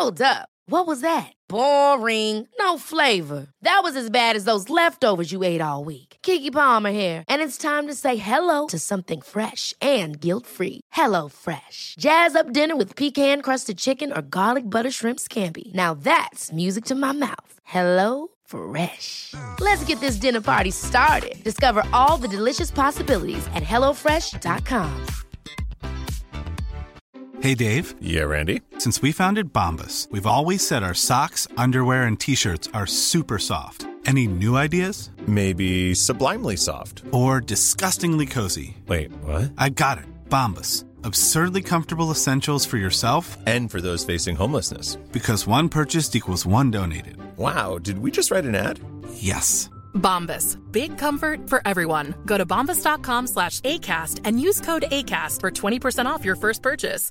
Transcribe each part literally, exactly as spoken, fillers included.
Hold up. What was that? Boring. No flavor. That was as bad as those leftovers you ate all week. Keke Palmer here, and it's time to say hello to something fresh and guilt-free. Hello Fresh. Jazz up dinner with pecan-crusted chicken or garlic butter shrimp scampi. Now that's music to my mouth. Hello Fresh. Let's get this dinner party started. Discover all the delicious possibilities at hello fresh dot com. Hey, Dave. Yeah, Randy. Since we founded Bombas, we've always said our socks, underwear, and T-shirts are super soft. Any new ideas? Maybe sublimely soft. Or disgustingly cozy. Wait, what? I got it. Bombas. Absurdly comfortable essentials for yourself and for those facing homelessness. Because one purchased equals one donated. Wow, did we just write an ad? Yes. Bombas. Big comfort for everyone. Go to bombas.com slash ACAST and use code ACAST for twenty percent off your first purchase.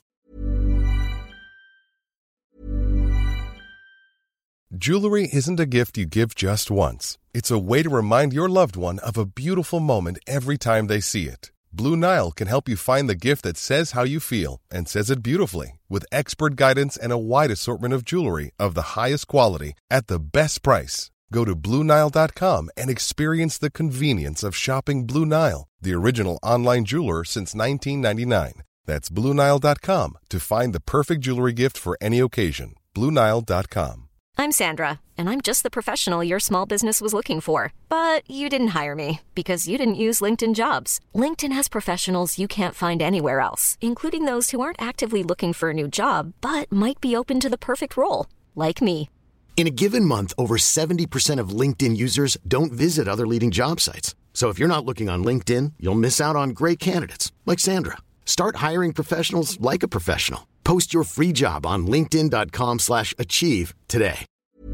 Jewelry isn't a gift you give just once. It's a way to remind your loved one of a beautiful moment every time they see it. Blue Nile can help you find the gift that says how you feel and says it beautifully, with expert guidance and a wide assortment of jewelry of the highest quality at the best price. Go to Blue Nile dot com and experience the convenience of shopping Blue Nile, the original online jeweler since nineteen ninety-nine. That's Blue Nile dot com to find the perfect jewelry gift for any occasion. Blue Nile dot com. I'm Sandra, and I'm just the professional your small business was looking for. But you didn't hire me because you didn't use LinkedIn Jobs. LinkedIn has professionals you can't find anywhere else, including those who aren't actively looking for a new job, but might be open to the perfect role, like me. In a given month, over seventy percent of LinkedIn users don't visit other leading job sites. So if you're not looking on LinkedIn, you'll miss out on great candidates, like Sandra. Start hiring professionals like a professional. Post your free job on linkedin.com slash achieve today.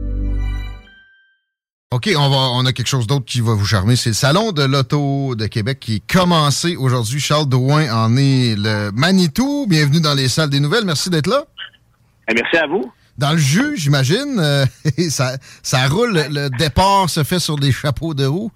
OK, on, va, on a quelque chose d'autre qui va vous charmer. C'est le Salon de l'Auto de Québec qui est commencé aujourd'hui. Charles Drouin en est le Manitou. Bienvenue dans les salles des nouvelles. Merci d'être là. Et merci à vous. Dans le jus, j'imagine. Euh, ça, ça roule. Le départ se fait sur des chapeaux de roue.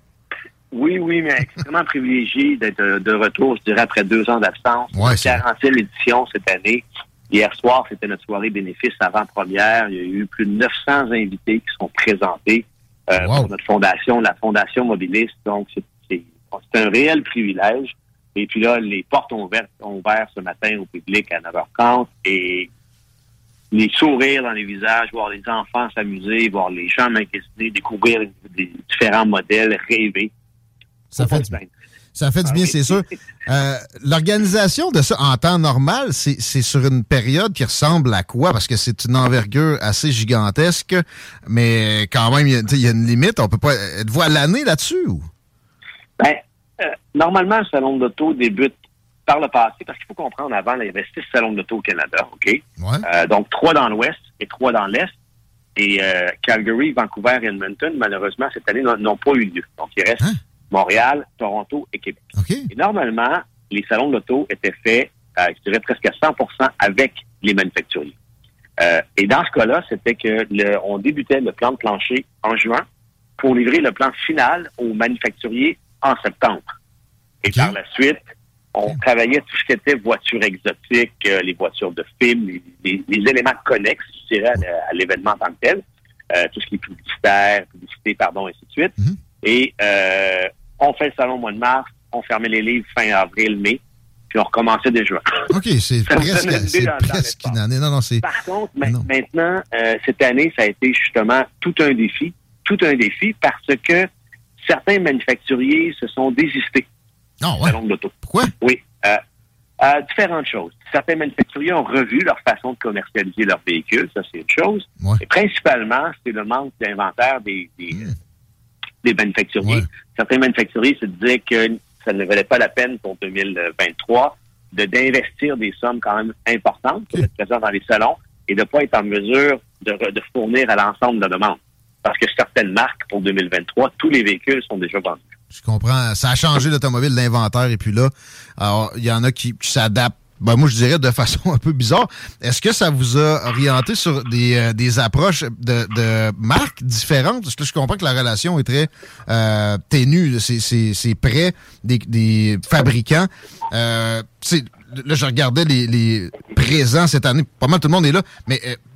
Oui, oui, mais extrêmement privilégié d'être de retour, je dirais, après deux ans d'absence. Ouais, quarantième édition cette année. Hier soir, c'était notre soirée bénéfice avant-première. Il y a eu plus de neuf cents invités qui sont présentés euh, wow. pour notre fondation, la Fondation Mobiliste. Donc, c'est, c'est, c'est un réel privilège. Et puis là, les portes ont ouvert, ont ouvert ce matin au public à neuf heures trente et les sourires dans les visages, voir les enfants s'amuser, voir les gens magasiner, découvrir des différents modèles, rêver. Ça fait, du, ça fait du bien, c'est sûr. Euh, l'organisation de ça en temps normal, c'est, c'est sur une période qui ressemble à quoi? Parce que c'est une envergure assez gigantesque, mais quand même, il y, y a une limite. On peut pas. Êtes-vous à l'année là-dessus? Ou? Ben, euh, normalement, le salon de l'auto débute par le passé, parce qu'il faut comprendre, avant, là, il y avait six salons de l'auto au Canada, OK? Ouais. Euh, donc, trois dans l'ouest et trois dans l'est. Et euh, Calgary, Vancouver et Edmonton, malheureusement, cette année, n'ont, n'ont pas eu lieu. Donc, il reste hein? Montréal, Toronto et Québec. Okay. Et normalement, les salons de l'auto étaient faits, euh, je dirais, presque à cent pour cent avec les manufacturiers. Euh, et dans ce cas-là, c'était que le, on débutait le plan de plancher en juin pour livrer le plan final aux manufacturiers en septembre. Et okay. par la suite, on okay. travaillait tout ce qui était voitures exotiques, euh, les voitures de film, les, les, les éléments connexes, je dirais, à, à l'événement en tant que tel, euh, tout ce qui est publicitaire, publicité, pardon, ainsi de suite. Mm-hmm. Et euh, on fait le salon au mois de mars, on fermait les livres fin avril, mai, puis on recommençait dès juin. OK, c'est presque, c'est dans, presque dans une année. Non, non, c'est... Par contre, ma- maintenant, euh, cette année, ça a été justement tout un défi, tout un défi, parce que certains manufacturiers se sont désistés oh, du ouais. salon de l'auto. Pourquoi? Oui, euh, euh, différentes choses. Certains manufacturiers ont revu leur façon de commercialiser leurs véhicules, ça c'est une chose. Ouais. Et principalement, c'est le manque d'inventaire des... des mmh. des manufacturiers. Ouais. Certains manufacturiers se disaient que ça ne valait pas la peine pour deux mille vingt-trois de d'investir des sommes quand même importantes pour être présent dans les salons et de ne pas être en mesure de, de fournir à l'ensemble de la demande. Parce que certaines marques, pour deux mille vingt-trois, tous les véhicules sont déjà vendus. Je comprends. Ça a changé l'automobile, l'inventaire, et puis là, alors il y en a qui, qui s'adaptent. Ben moi, je dirais de façon un peu bizarre. Est-ce que ça vous a orienté sur des, euh, des approches de, de marques différentes? Parce que là, je comprends que la relation est très euh, ténue. C'est, c'est, c'est près des, des fabricants. Euh, là, je regardais les, les présents cette année. Pas mal tout le monde est là. Mais euh,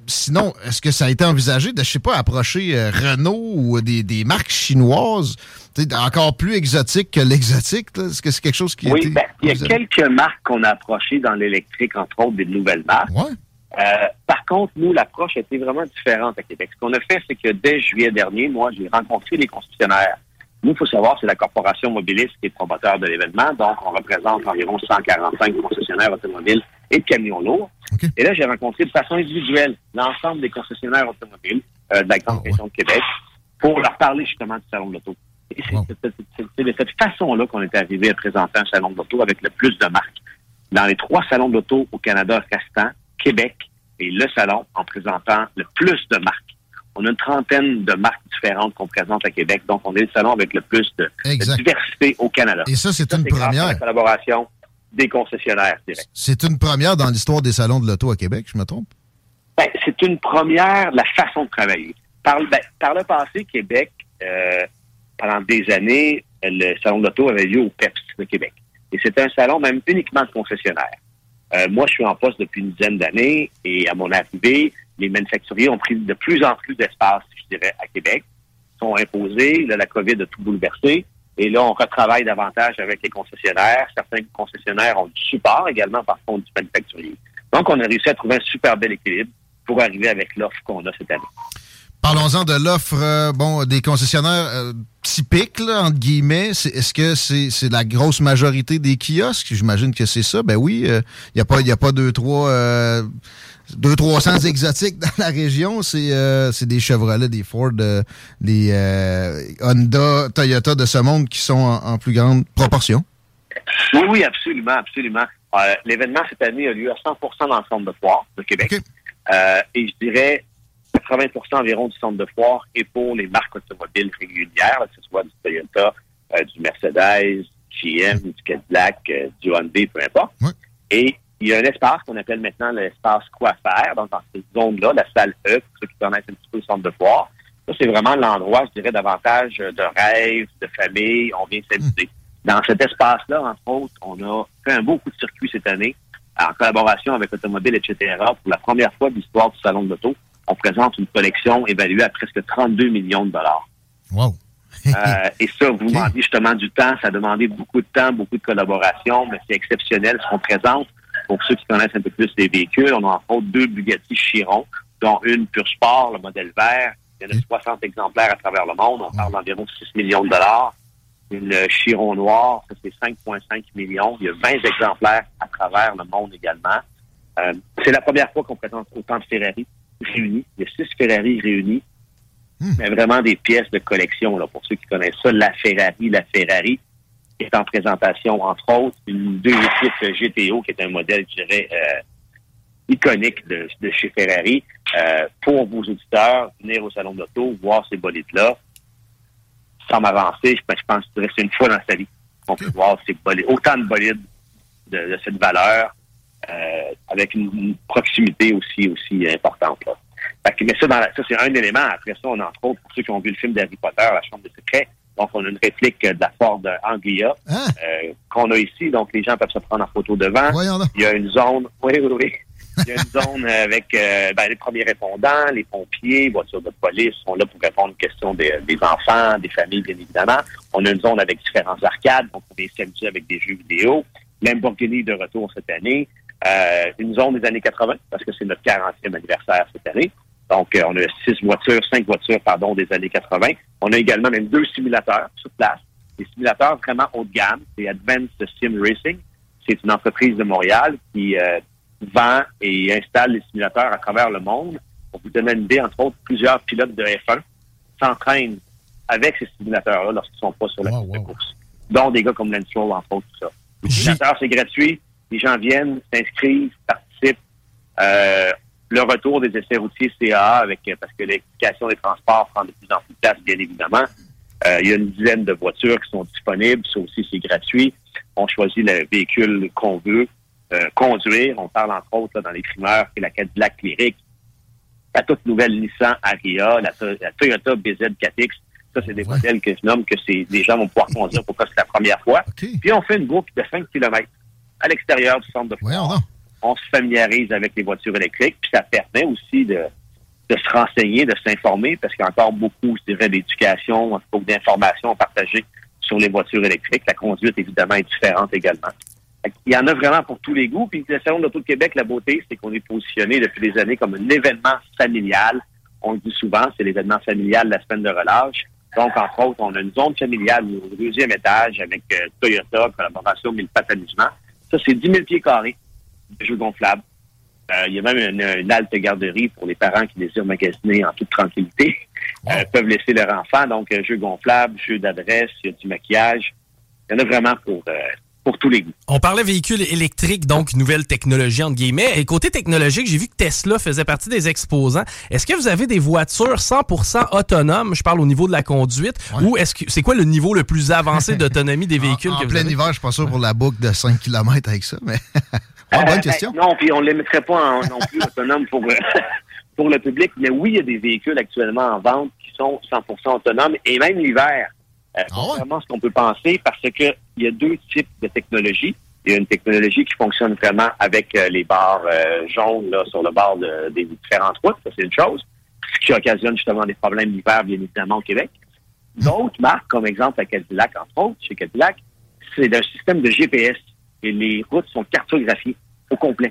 sinon, est-ce que ça a été envisagé de, je sais pas, approcher euh, Renault ou des, des marques chinoises encore plus exotiques que l'exotique? Là? Est-ce que c'est quelque chose qui oui, a été ben, il y a envisagé? quelques marques qu'on a approchées dans l'électrique, entre autres des nouvelles marques. Ouais. Euh, par contre, nous, l'approche était vraiment différente à Québec. Ce qu'on a fait, c'est que dès juillet dernier, moi, j'ai rencontré les concessionnaires. Nous, il faut savoir, c'est la Corporation Mobiliste qui est promoteur de l'événement. Donc, on représente environ cent quarante-cinq concessionnaires automobiles et de camions lourds. Okay. Et là, j'ai rencontré de façon individuelle l'ensemble des concessionnaires automobiles euh, de la grande oh, région ouais. de Québec pour leur parler justement du Salon de l'Auto. Et c'est, wow. c'est, c'est, c'est, c'est de cette façon-là qu'on est arrivé à présenter un Salon de l'Auto avec le plus de marques. Dans les trois salons de l'Auto au Canada restant, Québec est le salon en présentant le plus de marques. On a une trentaine de marques différentes qu'on présente à Québec. Donc, on est le salon avec le plus de, de diversité au Canada. Et ça, c'est ça, une c'est première. Grâce à la collaboration des concessionnaires, je dirais. C'est une première dans l'histoire des salons de l'auto à Québec, je me trompe? Ben, c'est une première, la façon de travailler. Par, ben, par le passé, Québec, euh, pendant des années, le salon de l'auto avait lieu au P E P S de Québec. Et c'était un salon même uniquement de concessionnaires. Euh, moi, je suis en poste depuis une dizaine d'années et à mon arrivée, les manufacturiers ont pris de plus en plus d'espace, je dirais, à Québec, sont imposés. Là, la COVID a tout bouleversé. Et là, on retravaille davantage avec les concessionnaires. Certains concessionnaires ont du support également, par contre, du manufacturier. Donc, on a réussi à trouver un super bel équilibre pour arriver avec l'offre qu'on a cette année. Parlons-en de l'offre euh, bon, des concessionnaires euh, typiques, là, entre guillemets. C'est, est-ce que c'est, c'est la grosse majorité des kiosques? J'imagine que c'est ça. Ben oui, il euh, n'y a pas, y a pas deux, trois... Euh, deux trois cents exotiques dans la région, c'est euh, c'est des Chevrolet, des Ford, euh, des euh, Honda, Toyota de ce monde qui sont en, en plus grande proportion. Oui, oui, absolument, absolument. Euh, l'événement cette année a lieu à cent pour cent dans le centre de foire de Québec. Okay. Euh, et je dirais quatre-vingts pour cent environ du centre de foire est pour les marques automobiles régulières, là, que ce soit du Toyota, euh, du Mercedes, G M, du Cadillac, euh, du Hyundai, peu importe. Ouais. Et il y a un espace qu'on appelle maintenant l'espace Quoi faire, donc dans cette zone-là, la salle E, pour ceux qui connaissent un petit peu le centre de foire. Ça, c'est vraiment l'endroit, je dirais, davantage de rêve, de famille, on vient s'amuser. Mmh. Dans cet espace-là, entre autres, on a fait un beau coup de circuit cette année, en collaboration avec Automobile, et cetera. Pour la première fois de l'histoire du Salon de l'Auto, on présente une collection évaluée à presque trente-deux millions de dollars. Wow! euh, et ça, vous okay. demandez justement du temps, ça a demandé beaucoup de temps, beaucoup de collaboration, mais c'est exceptionnel ce qu'on présente. Pour ceux qui connaissent un peu plus les véhicules, on a en fait deux Bugatti Chiron, dont une Pure Sport, le modèle vert. Il y en a soixante exemplaires à travers le monde. On parle d'environ six millions de dollars. Une Chiron noire, ça c'est cinq virgule cinq millions. Il y a vingt exemplaires à travers le monde également. Euh, c'est la première fois qu'on présente autant de Ferrari réunis. Il y a six Ferrari réunis. Mmh. Mais vraiment des pièces de collection, là, pour ceux qui connaissent ça. La Ferrari, la Ferrari. Qui est en présentation, entre autres, une deux titres G T O, qui est un modèle, je dirais, euh, iconique de, de chez Ferrari. Euh, pour vos auditeurs, venir au Salon de l'Auto, voir ces bolides-là, sans m'avancer, je, je pense que c'est une fois dans sa vie qu'on peut voir ces bolides, autant de bolides de, de cette valeur, euh, avec une, une proximité aussi aussi importante. Là. Fait que, mais ça, dans la, ça, c'est un élément. Après ça, on a, entre autres, pour ceux qui ont vu le film d'Harry Potter, La Chambre des secrets, donc, on a une réplique de la Ford Anglia ah. euh, qu'on a ici. Donc, les gens peuvent se prendre en photo devant. Il y a une zone... Oui, oui, oui. Il y a une zone avec euh, ben, les premiers répondants, les pompiers, voitures de police sont là pour répondre aux questions des, des enfants, des familles, bien évidemment. On a une zone avec différentes arcades. Donc, on vient s'amuser avec des jeux vidéo. Lamborghini de retour cette année. Euh, une zone des années quatre-vingts, parce que c'est notre quarantième anniversaire cette année. Donc, euh, on a six voitures, cinq voitures, pardon, des années quatre-vingts. On a également même deux simulateurs sur place. Des simulateurs vraiment haut de gamme. C'est Advanced Sim Racing. C'est une entreprise de Montréal qui euh, vend et installe les simulateurs à travers le monde. Pour vous donner une idée, entre autres, plusieurs pilotes de F un s'entraînent avec ces simulateurs-là lorsqu'ils ne sont pas sur la piste wow, wow. de course. Dont des gars comme Lance Stroll, entre autres, tout ça. Les simulateurs, c'est gratuit. Les gens viennent, s'inscrivent, participent. Euh, Le retour des essais routiers C A A, avec, parce que l'électrification des transports prend de plus en plus de place, bien évidemment. Euh, il y a une dizaine de voitures qui sont disponibles. Ça aussi, c'est gratuit. On choisit le véhicule qu'on veut euh, conduire. On parle, entre autres, là, dans les primeurs, c'est la Cadillac Lyric, la toute nouvelle Nissan Ariya, la, la Toyota B Z quatre X. Ça, c'est des ouais. modèles que je nomme que c'est, les gens vont pouvoir conduire pour que c'est la première fois. Okay. Puis, on fait une boucle de cinq kilomètres à l'extérieur du centre de foire. Ouais, on se familiarise avec les voitures électriques, puis ça permet aussi de, de se renseigner, de s'informer, parce qu'il y a encore beaucoup, je dirais, d'éducation, en tout cas d'informations partagées sur les voitures électriques. La conduite, évidemment, est différente également. Il y en a vraiment pour tous les goûts. Puis le Salon de l'Auto de Québec, la beauté, c'est qu'on est positionné depuis des années comme un événement familial. On le dit souvent, c'est l'événement familial de la semaine de relâche. Donc, entre autres, on a une zone familiale au deuxième étage avec euh, Toyota, collaboration Mille-Pattes Amusement. Ça, c'est dix mille pieds carrés de jeux gonflables. Euh, il y a même une, une halte garderie pour les parents qui désirent magasiner en toute tranquillité. Euh, peuvent laisser leur enfant. Donc, euh, jeux gonflables, jeux d'adresse, il y a du maquillage. Il y en a vraiment pour... Euh, pour tous les goûts. On parlait véhicules électriques, donc nouvelle technologie, entre guillemets. Et côté technologique, j'ai vu que Tesla faisait partie des exposants. Est-ce que vous avez des voitures cent pour cent autonomes? Je parle au niveau de la conduite. Ouais. Ou est-ce que c'est quoi le niveau le plus avancé d'autonomie des véhicules en, que en vous plein avez? hiver, je suis pas sûr pour la boucle de cinq kilomètres avec ça, mais... oh, bonne question. Euh, non, puis on ne les mettrait pas en, non plus autonomes pour, pour le public. Mais oui, il y a des véhicules actuellement en vente qui sont cent pour cent autonomes. Et même l'hiver, euh, ah ouais? contrairement à ce qu'on peut penser, parce que il y a deux types de technologies. Il y a une technologie qui fonctionne vraiment avec euh, les barres euh, jaunes là, sur le bord de, des différentes routes. Ça, c'est une chose. Ce qui occasionne justement des problèmes d'hiver, bien évidemment, au Québec. D'autres marques, comme exemple à Cadillac, entre autres, chez Cadillac, c'est un système de G P S. Et les routes sont cartographiées au complet.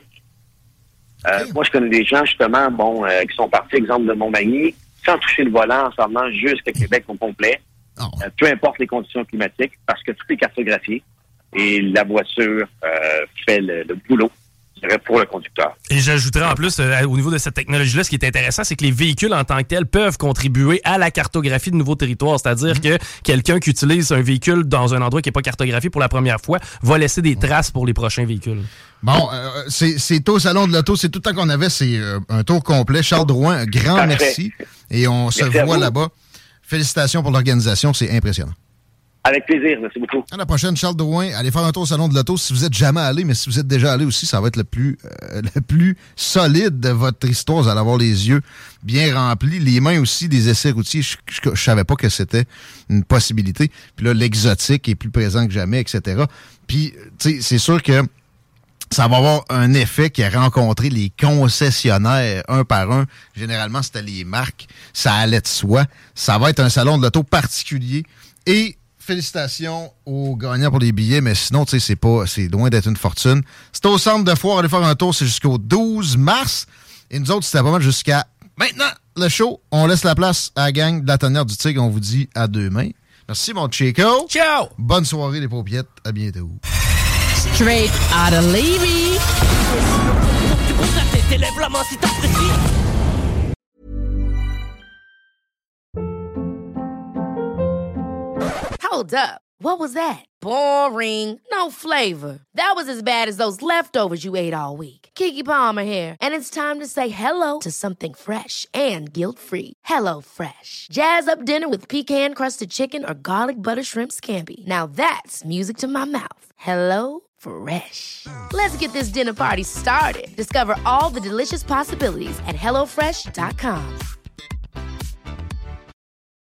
Euh, okay. Moi, je connais des gens, justement, bon, euh, qui sont partis, exemple, de Montmagny, sans toucher le volant, en s'en allant jusqu'à Québec au complet. Oh. Euh, peu importe les conditions climatiques, parce que tout est cartographié et la voiture euh, fait le, le boulot pour le conducteur. Et j'ajouterais en plus, euh, au niveau de cette technologie-là, ce qui est intéressant, c'est que les véhicules en tant que tels peuvent contribuer à la cartographie de nouveaux territoires. C'est-à-dire mmh. que quelqu'un qui utilise un véhicule dans un endroit qui n'est pas cartographié pour la première fois va laisser des traces pour les prochains véhicules. Bon, euh, c'est, c'est au Salon de l'Auto, c'est tout le temps qu'on avait, c'est euh, un tour complet. Charles Drouin, un grand Parfait. merci. Et on merci se voit là-bas. Félicitations pour l'organisation, c'est impressionnant. Avec plaisir, merci beaucoup. À la prochaine, Charles Drouin. Allez faire un tour au Salon de l'Auto si vous êtes jamais allé, mais si vous êtes déjà allé aussi, ça va être le plus, euh, le plus solide de votre histoire. Vous allez avoir les yeux bien remplis, les mains aussi, des essais routiers. Je, je, je savais pas que c'était une possibilité. Puis là, l'exotique est plus présent que jamais, et cetera. Puis, tu sais, c'est sûr que ça va avoir un effet qui a rencontré les concessionnaires un par un. Généralement, c'était les marques. Ça allait de soi. Ça va être un salon de l'auto particulier. Et félicitations aux gagnants pour les billets, mais sinon, tu sais, c'est pas, c'est loin d'être une fortune. C'est au centre de foire. Allez faire un tour. C'est jusqu'au douze mars. Et nous autres, c'était pas mal jusqu'à maintenant. Le show, on laisse la place à la gang de la Tanière du Tigre. On vous dit à demain. Merci, mon Chico. Ciao. Bonne soirée, les paupiètes. À bientôt. Straight out of Levy. Hold up. What was that? Boring. No flavor. That was as bad as those leftovers you ate all week. Keke Palmer here, and it's time to say hello to something fresh and guilt-free. Hello Fresh. Jazz up dinner with pecan-crusted chicken or garlic butter shrimp scampi. Now that's music to my mouth. Hello Fresh. Let's get this dinner party started. Discover all the delicious possibilities at hello fresh dot com.